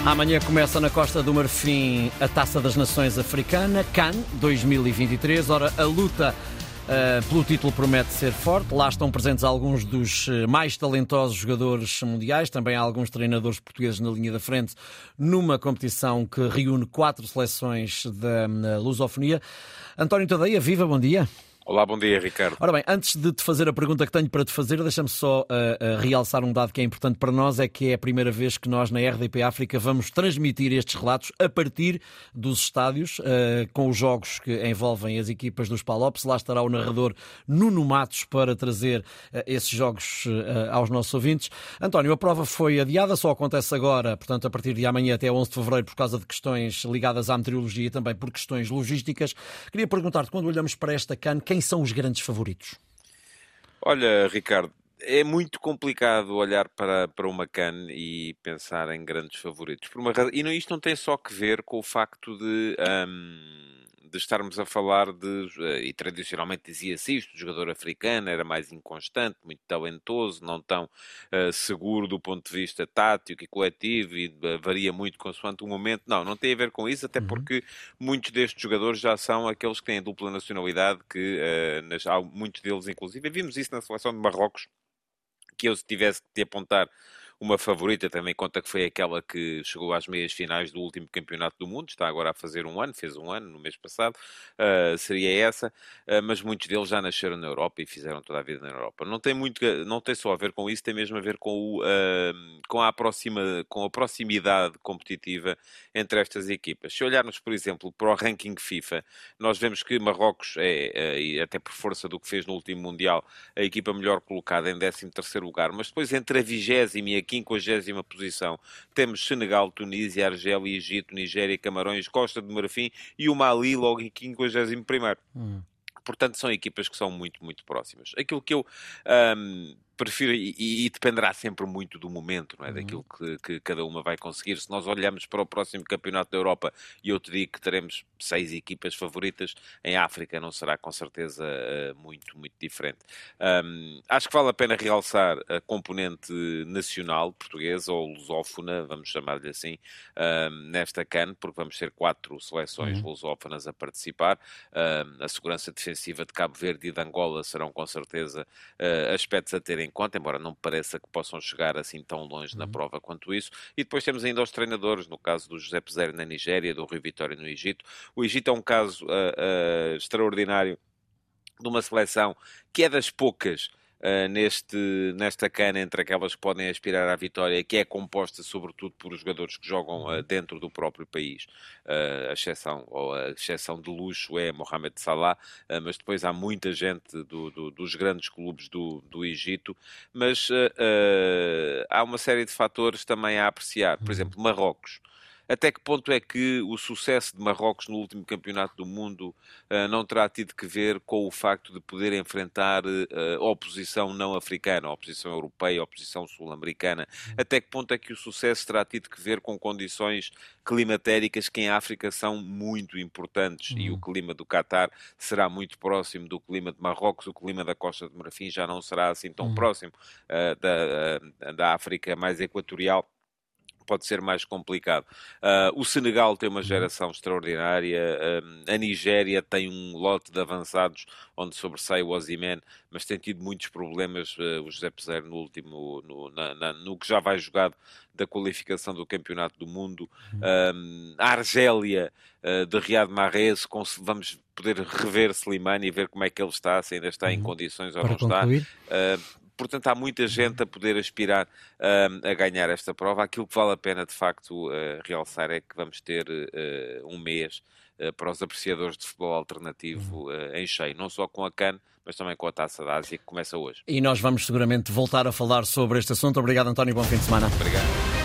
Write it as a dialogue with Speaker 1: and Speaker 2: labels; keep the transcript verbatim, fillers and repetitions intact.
Speaker 1: Amanhã começa na Costa do Marfim a Taça das Nações Africana, CAN dois mil e vinte e três. Ora, a luta uh, pelo título promete ser forte. Lá estão presentes alguns dos mais talentosos jogadores mundiais. Também há alguns treinadores portugueses na linha da frente numa competição que reúne quatro seleções da lusofonia. António Tadeia, viva, bom dia.
Speaker 2: Olá, bom dia, Ricardo.
Speaker 1: Ora bem, antes de te fazer a pergunta que tenho para te fazer, deixa-me só uh, uh, realçar um dado que é importante para nós, é que é a primeira vez que nós na R D P África vamos transmitir estes relatos a partir dos estádios, uh, com os jogos que envolvem as equipas dos Palopes. Lá estará o narrador Nuno Matos para trazer uh, esses jogos uh, aos nossos ouvintes. António, a prova foi adiada, só acontece agora, portanto, a partir de amanhã até onze de fevereiro, por causa de questões ligadas à meteorologia e também por questões logísticas. Queria perguntar-te, quando olhamos para esta CAN, quem são os grandes favoritos?
Speaker 2: Olha, Ricardo, é muito complicado olhar para, para uma CAN e pensar em grandes favoritos. Por uma razão, e não, isto não tem só que ver com o facto de, um, de estarmos a falar de... E tradicionalmente dizia-se isto, o jogador africano era mais inconstante, muito talentoso, não tão uh, seguro do ponto de vista tático e coletivo e uh, varia muito consoante o momento. Não, não tem a ver com isso, até porque muitos destes jogadores já são aqueles que têm dupla nacionalidade, que uh, nas, há muitos deles, inclusive, vimos isso na seleção de Marrocos, que eu, se tivesse que te apontar uma favorita, também conta que foi aquela que chegou às meias finais do último campeonato do mundo, está agora a fazer um ano, fez um ano no mês passado, uh, seria essa, uh, mas muitos deles já nasceram na Europa e fizeram toda a vida na Europa. Não tem, muito, não tem só a ver com isso, tem mesmo a ver com, o, uh, com, a, aproxima, com a proximidade competitiva entre estas equipas. Se olharmos, por exemplo, para o ranking FIFA, nós vemos que Marrocos é, uh, e até por força do que fez no último Mundial, a equipa melhor colocada em décimo terceiro lugar, mas depois entre a vigésima e a quinquagésima posição temos Senegal, Tunísia, Argélia, Egito, Nigéria, Camarões, Costa do Marfim e o Mali logo em quinquagésimo primeiro. Hum. Portanto, são equipas que são muito, muito próximas. Aquilo que eu um, prefiro, e, e dependerá sempre muito do momento, não é? Uhum. Daquilo que, que cada uma vai conseguir. Se nós olharmos para o próximo Campeonato da Europa, e eu te digo que teremos seis equipas favoritas, em África não será com certeza uh, muito, muito diferente. Um, acho que vale a pena realçar a componente nacional portuguesa, ou lusófona, vamos chamar-lhe assim, um, nesta CAN, porque vamos ter quatro seleções uhum. lusófonas a participar. Um, a segurança defensiva de Cabo Verde e de Angola serão com certeza uh, aspectos a ter em conta, embora não me pareça que possam chegar assim tão longe na prova quanto isso. E depois temos ainda os treinadores, no caso do José Peseiro na Nigéria, do Rui Vitória no Egito. O Egito é um caso uh, uh, extraordinário de uma seleção que é das poucas Uh, neste, nesta cana entre aquelas que podem aspirar à vitória, que é composta sobretudo por jogadores que jogam uh, dentro do próprio país. Uh, a exceção, ou a exceção de luxo é Mohamed Salah, uh, mas depois há muita gente do, do, dos grandes clubes do, do Egito, mas uh, uh, há uma série de fatores também a apreciar. Por exemplo, Marrocos. Até que ponto é que o sucesso de Marrocos no último campeonato do mundo uh, não terá tido que ver com o facto de poder enfrentar uh, oposição não africana, oposição europeia, oposição sul-americana? Até que ponto é que o sucesso terá tido que ver com condições climatéricas que em África são muito importantes? Uhum. E o clima do Catar será muito próximo do clima de Marrocos, o clima da Costa de Marfim já não será assim tão uhum. próximo uh, da, uh, da África mais equatorial. Pode ser mais complicado. Uh, o Senegal tem uma geração extraordinária, uh, a Nigéria tem um lote de avançados onde sobressai o Osimhen, mas tem tido muitos problemas, uh, o José Peseiro no último, no, na, na, no que já vai jogado da qualificação do Campeonato do Mundo. Uh, a Argélia, uh, de Riyad Mahrez, vamos poder rever Slimani e ver como é que ele está, se ainda está em condições ou
Speaker 1: Para
Speaker 2: não
Speaker 1: concluir.
Speaker 2: está. Uh, Portanto, há muita gente a poder aspirar uh, a ganhar esta prova. Aquilo que vale a pena, de facto, uh, realçar é que vamos ter uh, um mês uh, para os apreciadores de futebol alternativo uh, em cheio. Não só com a CAN, mas também com a Taça da Ásia, que começa hoje.
Speaker 1: E nós vamos seguramente voltar a falar sobre este assunto. Obrigado, António. Bom fim de semana.
Speaker 2: Obrigado.